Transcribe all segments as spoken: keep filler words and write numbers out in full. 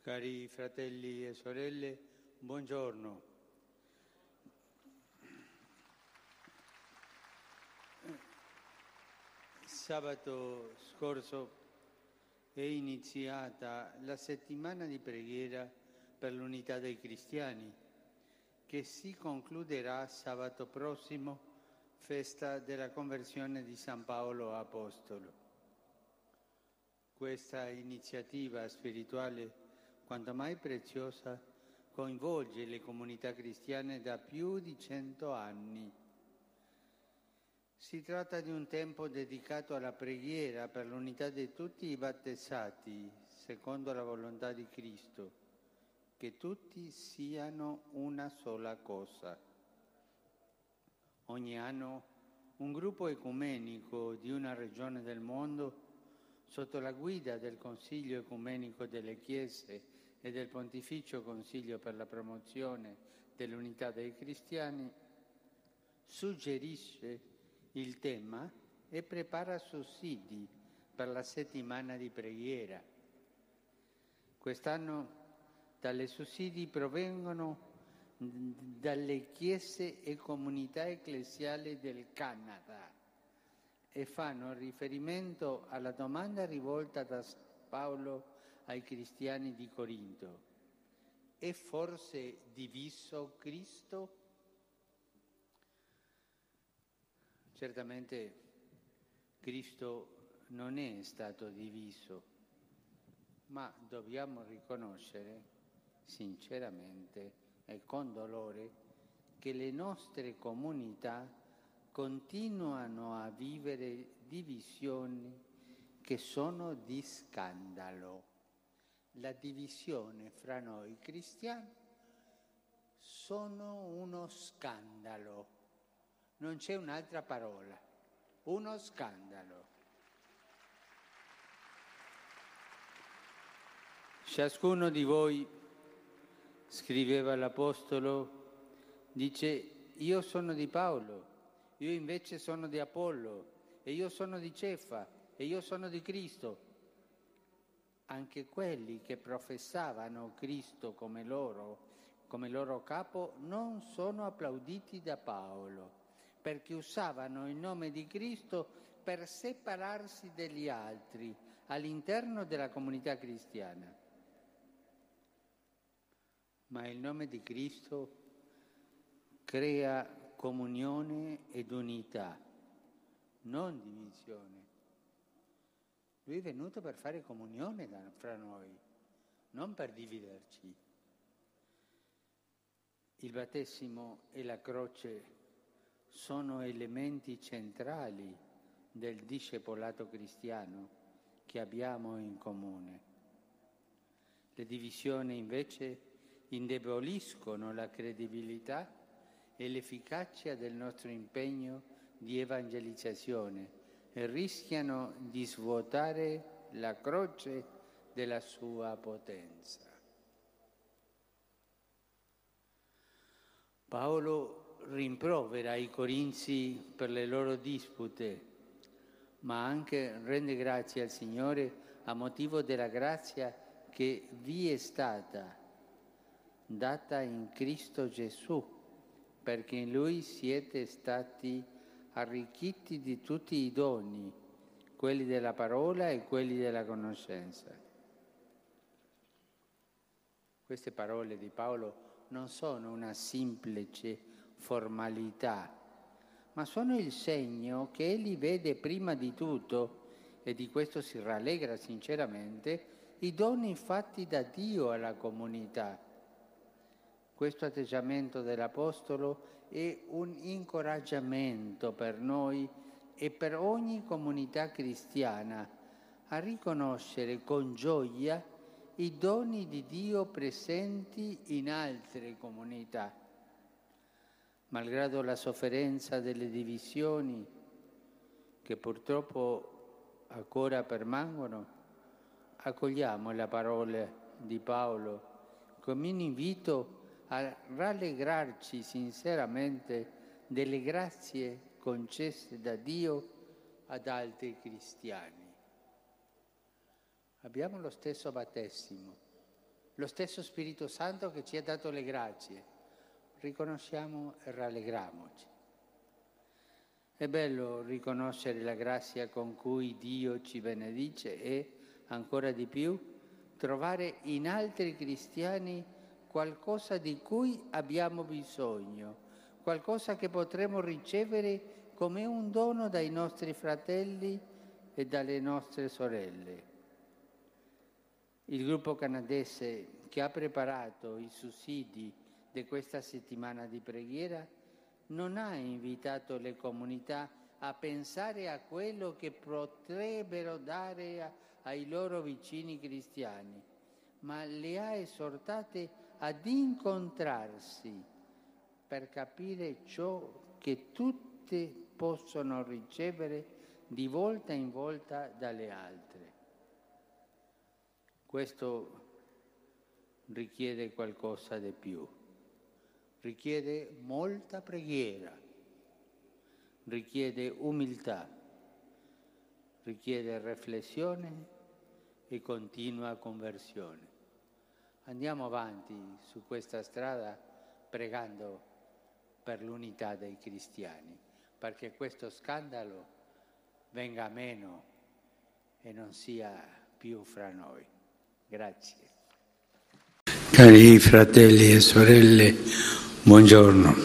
Cari fratelli e sorelle, buongiorno. Sabato scorso è iniziata la settimana di preghiera per l'unità dei cristiani, che si concluderà sabato prossimo, festa della conversione di San Paolo Apostolo. Questa iniziativa spirituale, quanto mai preziosa, coinvolge le comunità cristiane da più di cento anni. Si tratta di un tempo dedicato alla preghiera per l'unità di tutti i battezzati, secondo la volontà di Cristo, che tutti siano una sola cosa. Ogni anno un gruppo ecumenico di una regione del mondo, sotto la guida del Consiglio Ecumenico delle Chiese e del Pontificio Consiglio per la promozione dell'unità dei cristiani, suggerisce il tema e prepara sussidi per la settimana di preghiera. Quest'anno tali sussidi provengono dalle chiese e comunità ecclesiali del Canada e fanno riferimento alla domanda rivolta da Paolo ai cristiani di Corinto: è forse diviso Cristo? Certamente Cristo non è stato diviso, ma dobbiamo riconoscere sinceramente e con dolore che le nostre comunità continuano a vivere divisioni che sono di scandalo. La divisione fra noi cristiani sono uno scandalo, non c'è un'altra parola, uno scandalo. Ciascuno di voi, scriveva l'Apostolo, dice: io sono di Paolo, io invece sono di Apollo, e io sono di Cefa, e io sono di Cristo. Anche quelli che professavano Cristo come loro, come loro capo, non sono applauditi da Paolo, perché usavano il nome di Cristo per separarsi dagli altri all'interno della comunità cristiana. Ma il nome di Cristo crea comunione ed unità, non divisione. Lui è venuto per fare comunione fra noi, non per dividerci. Il battesimo e la croce sono elementi centrali del discepolato cristiano che abbiamo in comune. Le divisioni invece indeboliscono la credibilità e l'efficacia del nostro impegno di evangelizzazione e rischiano di svuotare la croce della sua potenza. Paolo rimprovera i Corinzi per le loro dispute, ma anche rende grazie al Signore a motivo della grazia che vi è stata data in Cristo Gesù, perché in Lui siete stati arricchiti di tutti i doni, quelli della parola e quelli della conoscenza. Queste parole di Paolo non sono una semplice formalità, ma sono il segno che egli vede prima di tutto, e di questo si rallegra sinceramente, i doni fatti da Dio alla comunità. Questo atteggiamento dell'Apostolo è un incoraggiamento per noi e per ogni comunità cristiana a riconoscere con gioia i doni di Dio presenti in altre comunità. Malgrado la sofferenza delle divisioni che purtroppo ancora permangono, accogliamo la parola di Paolo come un invito a rallegrarci sinceramente delle grazie concesse da Dio ad altri cristiani. Abbiamo lo stesso battesimo, lo stesso Spirito Santo che ci ha dato le grazie. Riconosciamo e rallegriamoci. È bello riconoscere la grazia con cui Dio ci benedice e, ancora di più, trovare in altri cristiani qualcosa di cui abbiamo bisogno, qualcosa che potremo ricevere come un dono dai nostri fratelli e dalle nostre sorelle. Il gruppo canadese che ha preparato i sussidi di questa settimana di preghiera non ha invitato le comunità a pensare a quello che potrebbero dare a, ai loro vicini cristiani, ma le ha esortate ad incontrarsi per capire ciò che tutte possono ricevere di volta in volta dalle altre. Questo richiede qualcosa di più, richiede molta preghiera, richiede umiltà, richiede riflessione e continua conversione. Andiamo avanti su questa strada pregando per l'unità dei cristiani, perché questo scandalo venga meno e non sia più fra noi. Grazie. Cari fratelli e sorelle, buongiorno.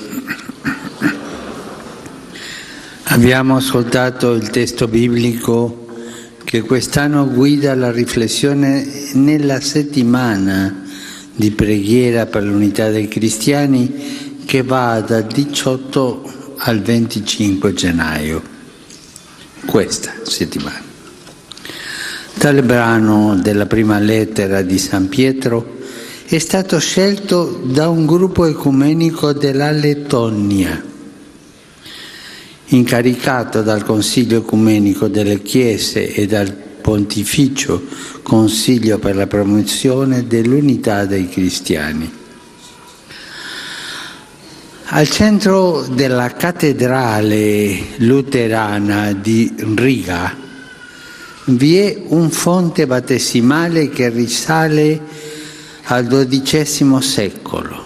Abbiamo ascoltato il testo biblico che quest'anno guida la riflessione nella settimana di preghiera per l'unità dei cristiani che va dal diciotto al venticinque gennaio, questa settimana. Tale brano della prima lettera di San Pietro è stato scelto da un gruppo ecumenico della Lettonia, incaricato dal Consiglio Ecumenico delle Chiese e dal Pontificio Consiglio per la promozione dell'unità dei cristiani. Al centro della cattedrale luterana di Riga vi è un fonte battesimale che risale al dodicesimo secolo,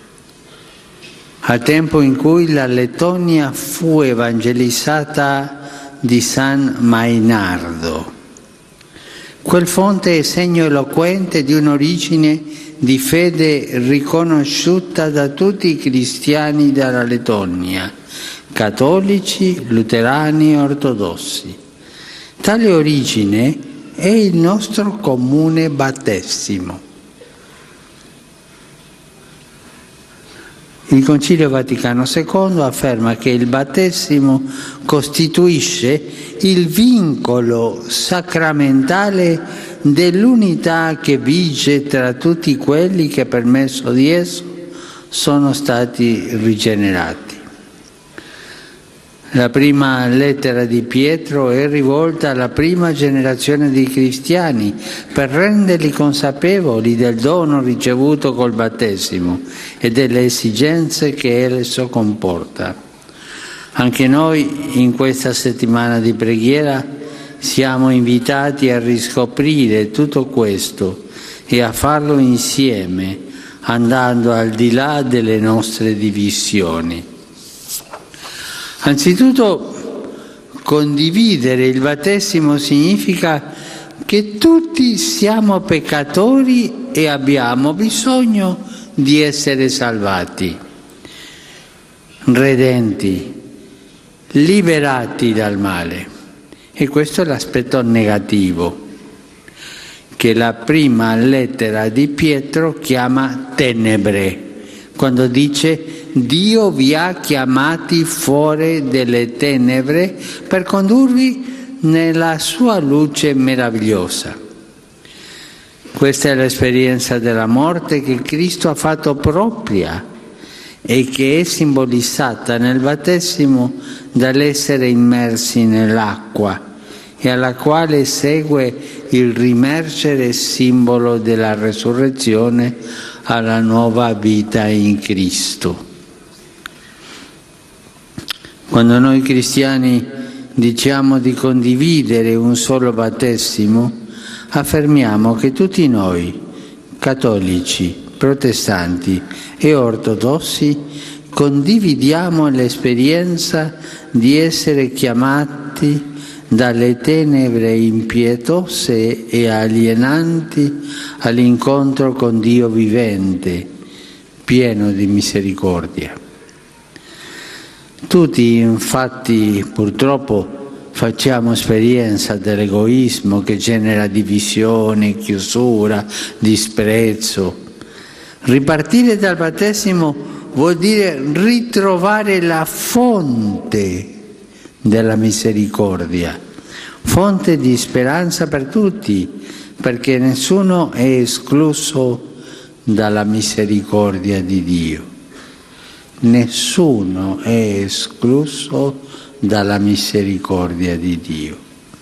al tempo in cui la Lettonia fu evangelizzata di San Mainardo. Quel fonte è segno eloquente di un'origine di fede riconosciuta da tutti i cristiani della Lettonia, cattolici, luterani e ortodossi. Tale origine è il nostro comune battesimo. Il Concilio Vaticano secondo afferma che il battesimo costituisce il vincolo sacramentale dell'unità che vige tra tutti quelli che per mezzo di esso sono stati rigenerati. La prima lettera di Pietro è rivolta alla prima generazione di cristiani per renderli consapevoli del dono ricevuto col battesimo e delle esigenze che esso comporta. Anche noi in questa settimana di preghiera siamo invitati a riscoprire tutto questo e a farlo insieme, andando al di là delle nostre divisioni. Anzitutto, condividere il battesimo significa che tutti siamo peccatori e abbiamo bisogno di essere salvati, redenti, liberati dal male. E questo è l'aspetto negativo, che la prima lettera di Pietro chiama tenebre, quando dice Dio vi ha chiamati fuori delle tenebre per condurvi nella sua luce meravigliosa. Questa è l'esperienza della morte che Cristo ha fatto propria e che è simbolizzata nel battesimo dall'essere immersi nell'acqua e alla quale segue il rimergere simbolo della resurrezione alla nuova vita in Cristo. Quando noi cristiani diciamo di condividere un solo battesimo, affermiamo che tutti noi, cattolici, protestanti e ortodossi condividiamo l'esperienza di essere chiamati dalle tenebre impietose e alienanti all'incontro con Dio vivente, pieno di misericordia. Tutti, infatti, purtroppo facciamo esperienza dell'egoismo che genera divisione, chiusura, disprezzo. Ripartire dal battesimo vuol dire ritrovare la fonte della misericordia, fonte di speranza per tutti, perché nessuno è escluso dalla misericordia di Dio. Nessuno è escluso dalla misericordia di Dio.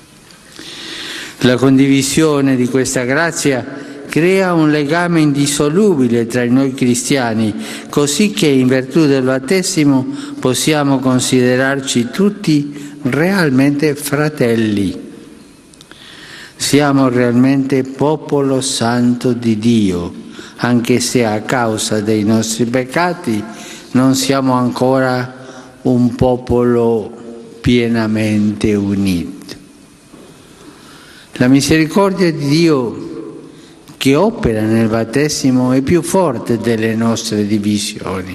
La condivisione di questa grazia crea un legame indissolubile tra noi cristiani, così che in virtù del battesimo possiamo considerarci tutti realmente fratelli. Siamo realmente popolo santo di Dio, anche se a causa dei nostri peccati non siamo ancora un popolo pienamente unito. La misericordia di Dio che opera nel battesimo è più forte delle nostre divisioni,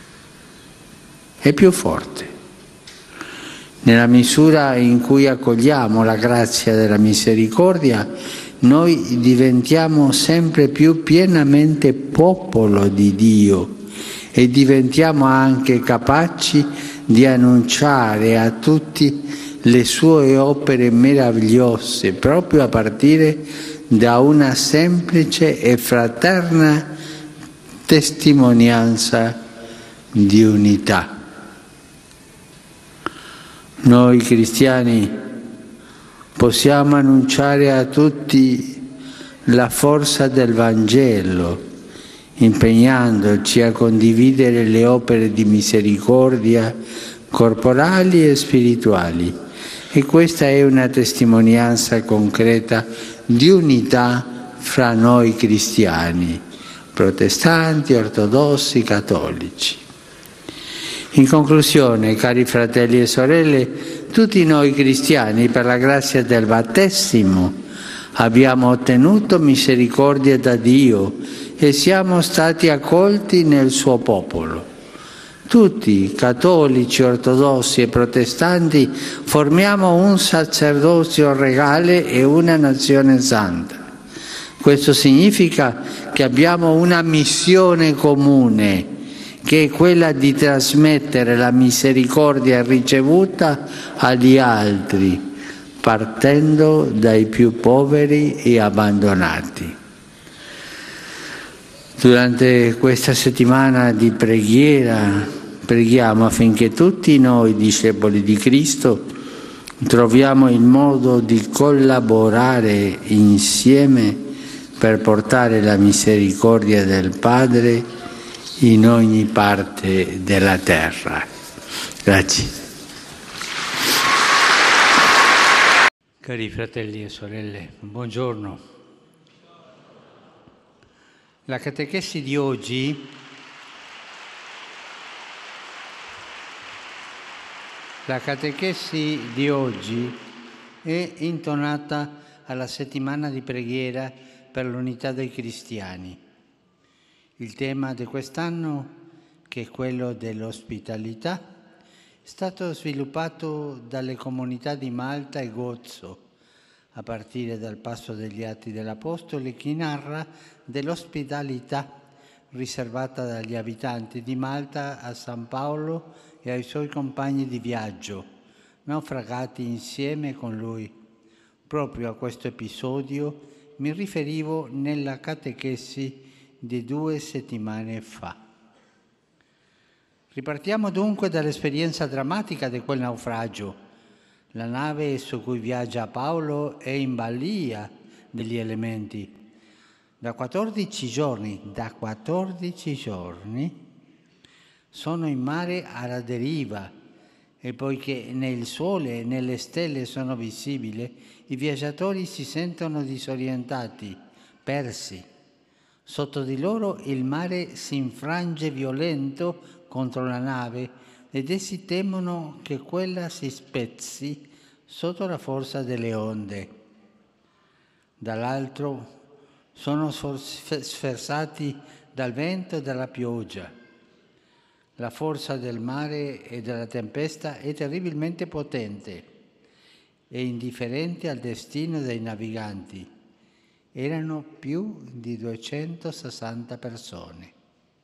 è più forte. Nella misura in cui accogliamo la grazia della misericordia, noi diventiamo sempre più pienamente popolo di Dio e diventiamo anche capaci di annunciare a tutti le sue opere meravigliose, proprio a partire da una semplice e fraterna testimonianza di unità. Noi cristiani possiamo annunciare a tutti la forza del Vangelo, impegnandoci a condividere le opere di misericordia corporali e spirituali. E questa è una testimonianza concreta di unità fra noi cristiani, protestanti, ortodossi, cattolici. In conclusione, cari fratelli e sorelle, tutti noi cristiani, per la grazia del battesimo, abbiamo ottenuto misericordia da Dio e siamo stati accolti nel suo popolo. Tutti, cattolici, ortodossi e protestanti, formiamo un sacerdozio regale e una nazione santa. Questo significa che abbiamo una missione comune, che è quella di trasmettere la misericordia ricevuta agli altri, partendo dai più poveri e abbandonati. Durante questa settimana di preghiera, preghiamo affinché tutti noi, discepoli di Cristo, troviamo il modo di collaborare insieme per portare la misericordia del Padre in ogni parte della terra. Grazie. Cari fratelli e sorelle, buongiorno. La catechesi di oggi La catechesi di oggi è intonata alla settimana di preghiera per l'unità dei cristiani. Il tema di quest'anno, che è quello dell'ospitalità, è stato sviluppato dalle comunità di Malta e Gozo, a partire dal passo degli Atti dell'Apostolo, che narra dell'ospitalità riservata dagli abitanti di Malta a San Paolo e ai suoi compagni di viaggio, naufragati insieme con lui. Proprio a questo episodio mi riferivo nella catechesi di due settimane fa. Ripartiamo dunque dall'esperienza drammatica di quel naufragio. La nave su cui viaggia Paolo è in balia degli elementi. Da quattordici giorni, da quattordici giorni, sono in mare alla deriva e poiché né il sole né le stelle sono visibili, i viaggiatori si sentono disorientati, persi. Sotto di loro il mare si infrange violento contro la nave ed essi temono che quella si spezzi sotto la forza delle onde. Dall'altro sono sferzati dal vento e dalla pioggia. La forza del mare e della tempesta è terribilmente potente e indifferente al destino dei naviganti. Erano più di duecentosessanta persone.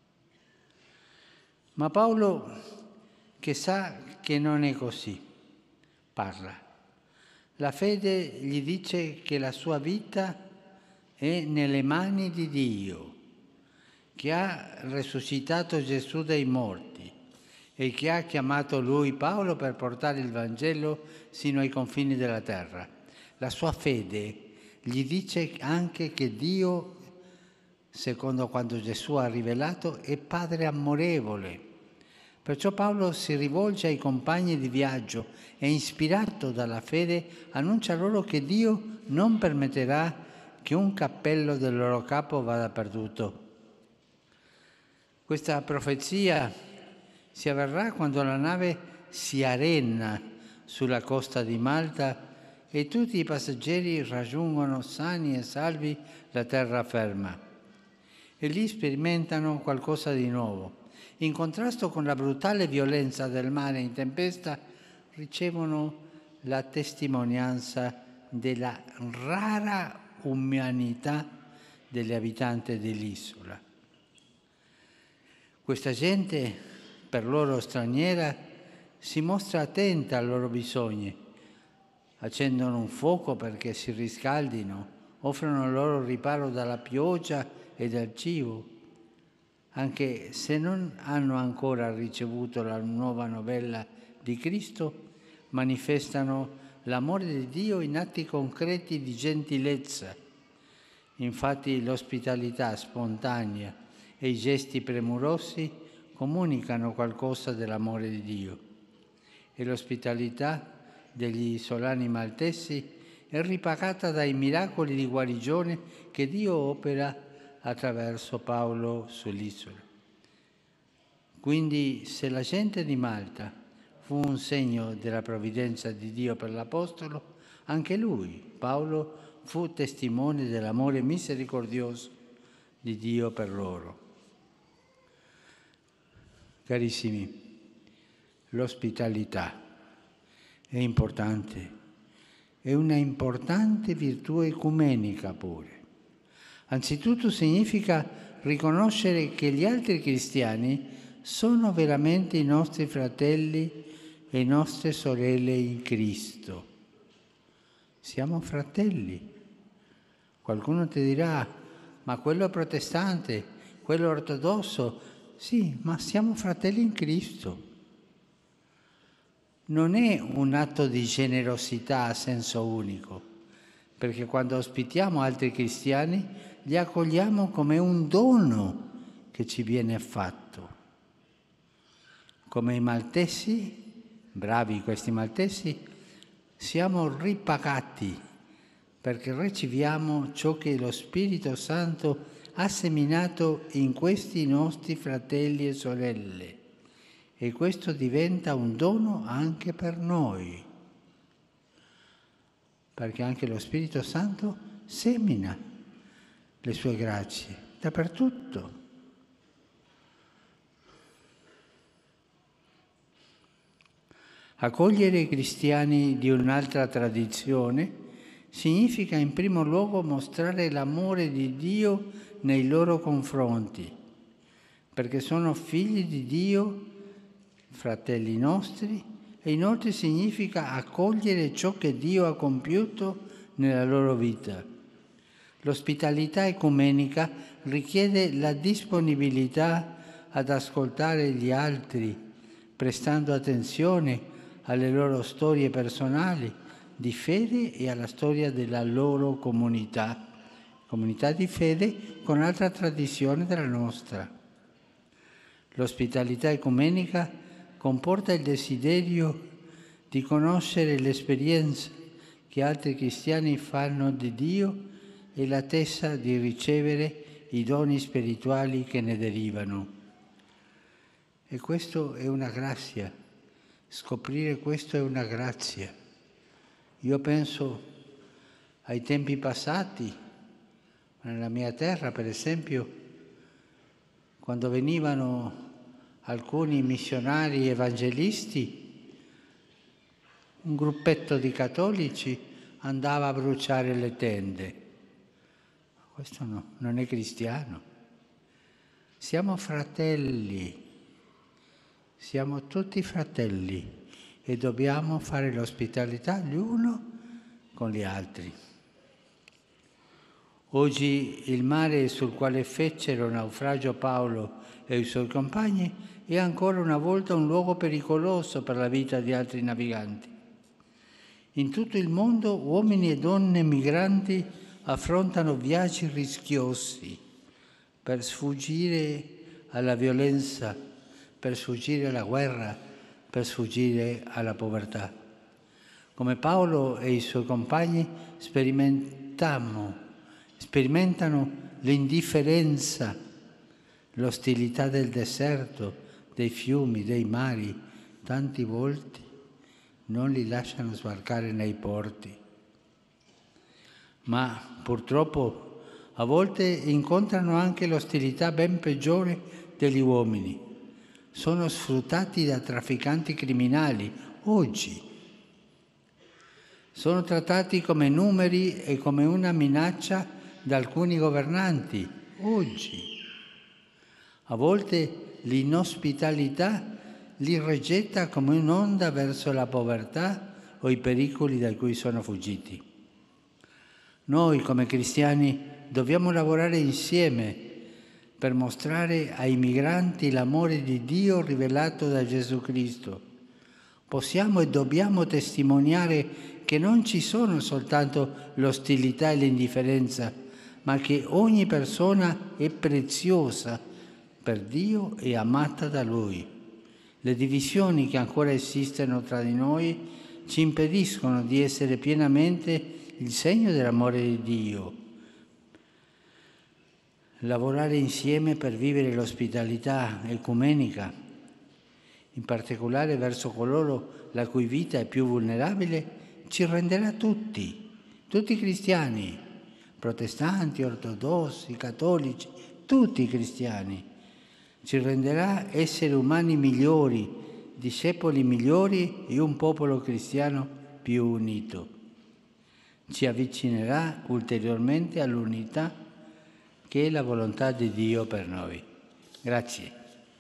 Ma Paolo, che sa che non è così, parla. La fede gli dice che la sua vita è nelle mani di Dio, che ha risuscitato Gesù dai morti e che ha chiamato lui, Paolo, per portare il Vangelo sino ai confini della terra. La sua fede gli dice anche che Dio, secondo quanto Gesù ha rivelato, è Padre amorevole. Perciò Paolo si rivolge ai compagni di viaggio e, ispirato dalla fede, annuncia loro che Dio non permetterà che un cappello del loro capo vada perduto. Questa profezia si avverrà quando la nave si arena sulla costa di Malta e tutti i passeggeri raggiungono sani e salvi la terraferma. E lì sperimentano qualcosa di nuovo. In contrasto con la brutale violenza del mare in tempesta, ricevono la testimonianza della rara umanità degli abitanti dell'isola. Questa gente, per loro straniera, si mostra attenta ai loro bisogni. Accendono un fuoco perché si riscaldino, offrono loro riparo dalla pioggia e dal cibo. Anche se non hanno ancora ricevuto la nuova novella di Cristo, manifestano l'amore di Dio in atti concreti di gentilezza. Infatti l'ospitalità spontanea e i gesti premurosi comunicano qualcosa dell'amore di Dio. E l'ospitalità degli isolani maltesi è ripagata dai miracoli di guarigione che Dio opera attraverso Paolo sull'isola. Quindi, se la gente di Malta fu un segno della provvidenza di Dio per l'Apostolo, anche lui, Paolo, fu testimone dell'amore misericordioso di Dio per loro. Carissimi, l'ospitalità è importante, è una importante virtù ecumenica pure. Anzitutto significa riconoscere che gli altri cristiani sono veramente i nostri fratelli e nostre sorelle in Cristo. Siamo fratelli. Qualcuno ti dirà, ma quello è protestante, quello è ortodosso. Sì, ma siamo fratelli in Cristo. Non è un atto di generosità a senso unico, perché quando ospitiamo altri cristiani li accogliamo come un dono che ci viene fatto. Come i maltesi, bravi questi maltesi, siamo ripagati perché riceviamo ciò che lo Spirito Santo ha seminato in questi nostri fratelli e sorelle, e questo diventa un dono anche per noi, perché anche lo Spirito Santo semina le sue grazie dappertutto. Accogliere i cristiani di un'altra tradizione significa in primo luogo mostrare l'amore di Dio nei loro confronti, perché sono figli di Dio, fratelli nostri, e inoltre significa accogliere ciò che Dio ha compiuto nella loro vita. L'ospitalità ecumenica richiede la disponibilità ad ascoltare gli altri, prestando attenzione alle loro storie personali di fede e alla storia della loro comunità, comunità di fede con altra tradizione della nostra. L'ospitalità ecumenica comporta il desiderio di conoscere l'esperienza che altri cristiani fanno di Dio e l'attesa di ricevere i doni spirituali che ne derivano. E questo è una grazia, scoprire questo è una grazia. Io penso ai tempi passati, nella mia terra per esempio, quando venivano alcuni missionari evangelisti, un gruppetto di cattolici andava a bruciare le tende. Questo no, non è cristiano. Siamo fratelli, siamo tutti fratelli e dobbiamo fare l'ospitalità gli uno con gli altri. Oggi il mare sul quale fecero naufragio Paolo e i suoi compagni è ancora una volta un luogo pericoloso per la vita di altri naviganti. In tutto il mondo uomini e donne migranti affrontano viaggi rischiosi per sfuggire alla violenza, per sfuggire alla guerra, per sfuggire alla povertà. Come Paolo e i suoi compagni sperimentamo, sperimentano l'indifferenza, l'ostilità del deserto, dei fiumi, dei mari, tanti volti non li lasciano sbarcare nei porti. Ma purtroppo a volte incontrano anche l'ostilità ben peggiore degli uomini. Sono sfruttati da trafficanti criminali oggi. Sono trattati come numeri e come una minaccia da alcuni governanti oggi. A volte l'inospitalità li rigetta come un'onda verso la povertà o i pericoli da cui sono fuggiti. Noi come cristiani dobbiamo lavorare insieme per mostrare ai migranti l'amore di Dio rivelato da Gesù Cristo. Possiamo e dobbiamo testimoniare che non ci sono soltanto l'ostilità e l'indifferenza, ma che ogni persona è preziosa per Dio e amata da Lui. Le divisioni che ancora esistono tra di noi ci impediscono di essere pienamente il segno dell'amore di Dio. Lavorare insieme per vivere l'ospitalità ecumenica, in particolare verso coloro la cui vita è più vulnerabile, ci renderà tutti, tutti cristiani, protestanti, ortodossi, cattolici, tutti i cristiani. Ci renderà esseri umani migliori, discepoli migliori e un popolo cristiano più unito. Ci avvicinerà ulteriormente all'unità che è la volontà di Dio per noi. Grazie.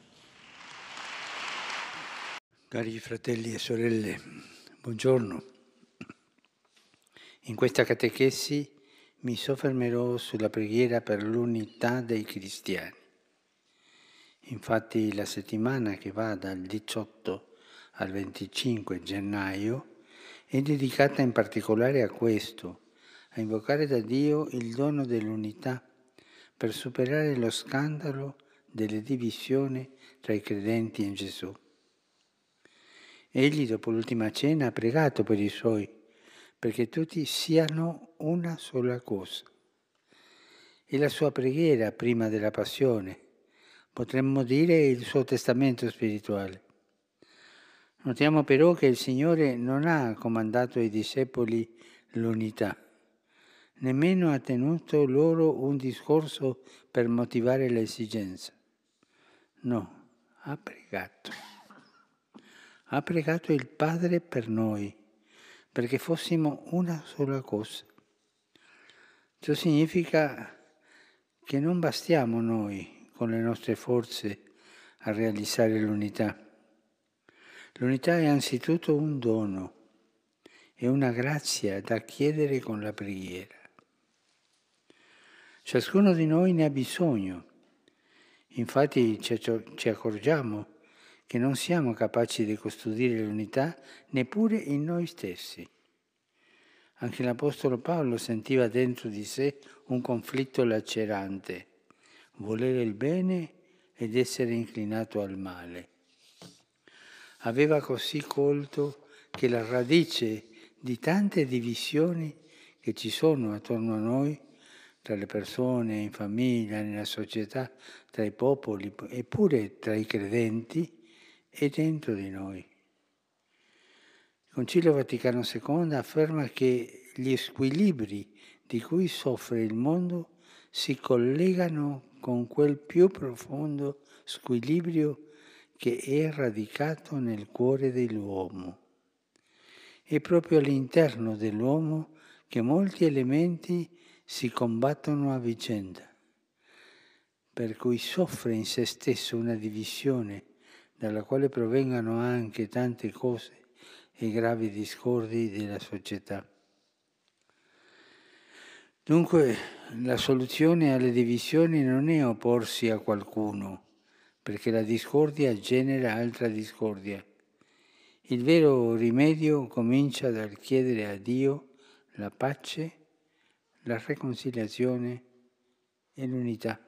Cari fratelli e sorelle, buongiorno. In questa catechesi mi soffermerò sulla preghiera per l'unità dei cristiani. Infatti la settimana che va dal diciotto al venticinque gennaio è dedicata in particolare a questo, a invocare da Dio il dono dell'unità per superare lo scandalo delle divisioni tra i credenti in Gesù. Egli, dopo l'ultima cena, ha pregato per i suoi, perché tutti siano una sola cosa. E la sua preghiera prima della passione, potremmo dire il suo testamento spirituale. Notiamo però che il Signore non ha comandato ai discepoli l'unità, nemmeno ha tenuto loro un discorso per motivare l'esigenza. No, ha pregato. Ha pregato il Padre per noi, perché fossimo una sola cosa. Ciò significa che non bastiamo noi con le nostre forze a realizzare l'unità. L'unità è anzitutto un dono, è una grazia da chiedere con la preghiera. Ciascuno di noi ne ha bisogno. Infatti ci accorgiamo che non siamo capaci di custodire l'unità neppure in noi stessi. Anche l'Apostolo Paolo sentiva dentro di sé un conflitto lacerante, volere il bene ed essere inclinato al male. Aveva così colto che la radice di tante divisioni che ci sono attorno a noi tra le persone, in famiglia, nella società, tra i popoli, eppure tra i credenti e dentro di noi. Il Concilio Vaticano secondo afferma che gli squilibri di cui soffre il mondo si collegano con quel più profondo squilibrio che è radicato nel cuore dell'uomo. È proprio all'interno dell'uomo che molti elementi si combattono a vicenda, per cui soffre in se stesso una divisione dalla quale provengano anche tante cose e gravi discordi della società. Dunque, la soluzione alle divisioni non è opporsi a qualcuno, perché la discordia genera altra discordia. Il vero rimedio comincia dal chiedere a Dio la pace, la riconciliazione e l'unità.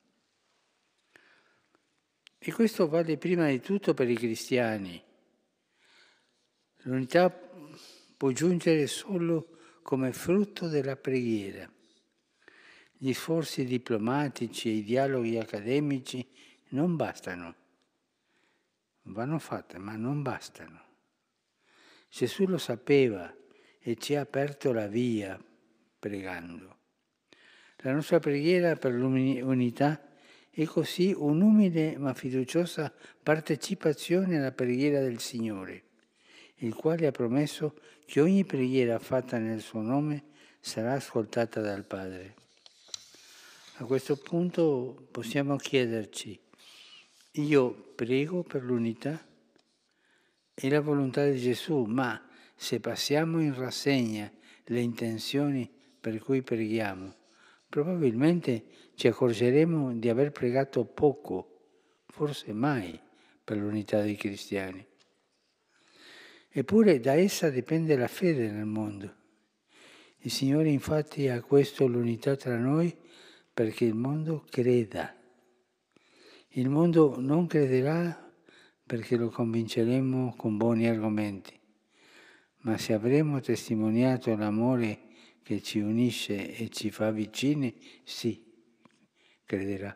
E questo vale prima di tutto per i cristiani. L'unità può giungere solo come frutto della preghiera. Gli sforzi diplomatici e i dialoghi accademici non bastano. Vanno fatti, ma non bastano. Gesù lo sapeva e ci ha aperto la via pregando. La nostra preghiera per l'unità è così un'umile ma fiduciosa partecipazione alla preghiera del Signore, il quale ha promesso che ogni preghiera fatta nel suo nome sarà ascoltata dal Padre. A questo punto possiamo chiederci: io prego per l'unità? È la volontà di Gesù, ma se passiamo in rassegna le intenzioni per cui preghiamo, probabilmente ci accorgeremo di aver pregato poco, forse mai, per l'unità dei cristiani. Eppure da essa dipende la fede nel mondo. Il Signore infatti ha questo l'unità tra noi perché il mondo creda. Il mondo non crederà perché lo convinceremo con buoni argomenti, ma se avremo testimoniato l'amore che ci unisce e ci fa vicini, sì, crederà.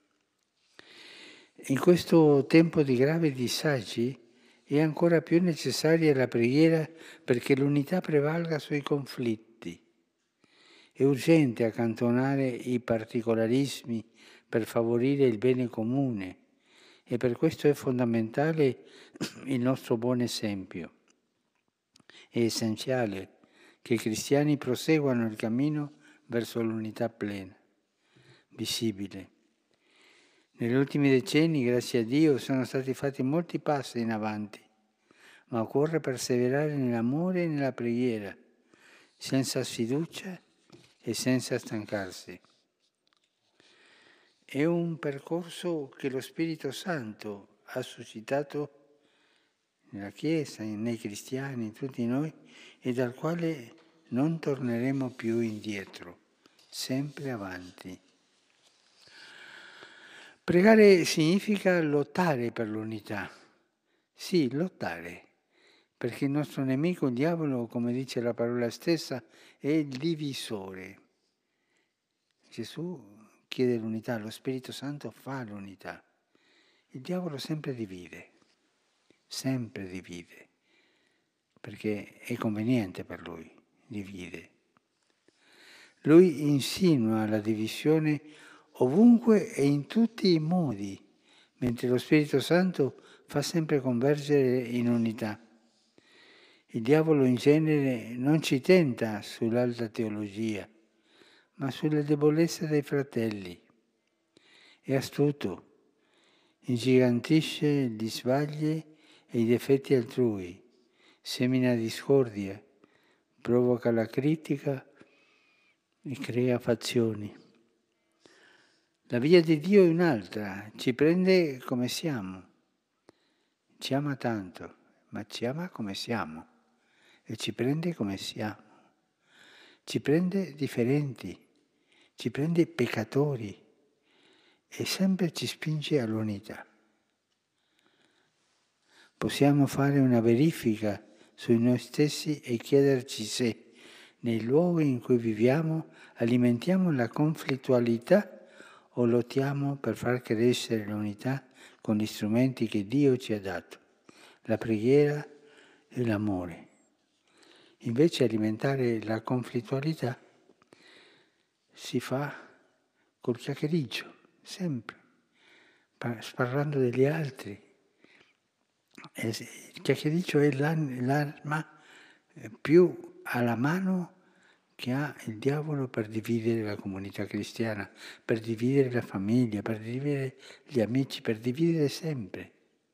In questo tempo di gravi disagi è ancora più necessaria la preghiera perché l'unità prevalga sui conflitti. È urgente accantonare i particolarismi per favorire il bene comune e per questo è fondamentale il nostro buon esempio. È essenziale che i cristiani proseguano il cammino verso l'unità plena, visibile. Negli ultimi decenni, grazie a Dio, sono stati fatti molti passi in avanti, ma occorre perseverare nell'amore e nella preghiera, senza sfiducia e senza stancarsi. È un percorso che lo Spirito Santo ha suscitato nella Chiesa, nei cristiani, in tutti noi, e dal quale non torneremo più indietro, sempre avanti. Pregare significa lottare per l'unità. Sì, lottare, perché il nostro nemico, il diavolo, come dice la parola stessa, è il divisore. Gesù chiede l'unità, lo Spirito Santo fa l'unità. Il diavolo sempre divide, sempre divide, perché è conveniente per lui, divide. Lui insinua la divisione ovunque e in tutti i modi, mentre lo Spirito Santo fa sempre convergere in unità. Il diavolo in genere non ci tenta sull'alta teologia, ma sulle debolezze dei fratelli. È astuto, ingigantisce gli sbagli e i difetti altrui, semina discordia, provoca la critica e crea fazioni. La via di Dio è un'altra, ci prende come siamo, ci ama tanto, ma ci ama come siamo e ci prende come siamo, ci prende differenti, ci prende peccatori e sempre ci spinge all'unità. Possiamo fare una verifica su noi stessi e chiederci se, Nei luoghi in cui viviamo alimentiamo la conflittualità o lottiamo per far crescere l'unità con gli strumenti che Dio ci ha dato, la preghiera e l'amore. Invece alimentare la conflittualità si fa col chiacchiericcio, sempre, parlando degli altri. Il chiacchiericcio è l'arma più alla mano che ha il diavolo per dividere la comunità cristiana, per dividere la famiglia, per dividere gli amici, per dividere sempre.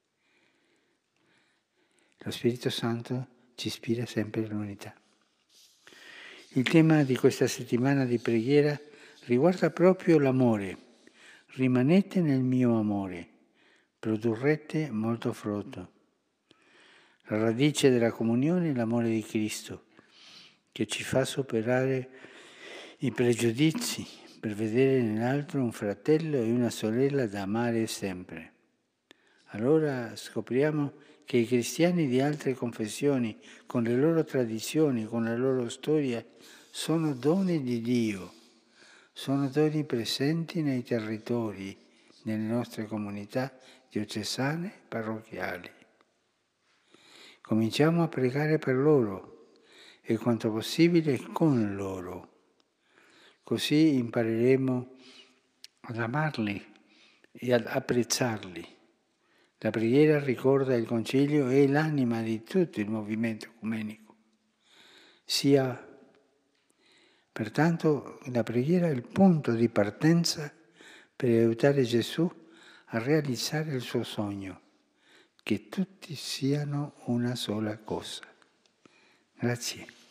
Lo Spirito Santo ci ispira sempre all'unità. Il tema di questa settimana di preghiera riguarda proprio l'amore. Rimanete nel mio amore, produrrete molto frutto. La radice della comunione è l'amore di Cristo, che ci fa superare i pregiudizi per vedere nell'altro un fratello e una sorella da amare sempre. Allora scopriamo che i cristiani di altre confessioni, con le loro tradizioni, con la loro storia, sono doni di Dio, sono doni presenti nei territori, nelle nostre comunità diocesane e parrocchiali. Cominciamo a pregare per loro e quanto possibile con loro. Così impareremo ad amarli e ad apprezzarli. La preghiera ricorda il concilio e l'anima di tutto il movimento ecumenico. Sia, pertanto, la preghiera è il punto di partenza per aiutare Gesù a realizzare il suo sogno, che tutti siano una sola cosa. Grazie.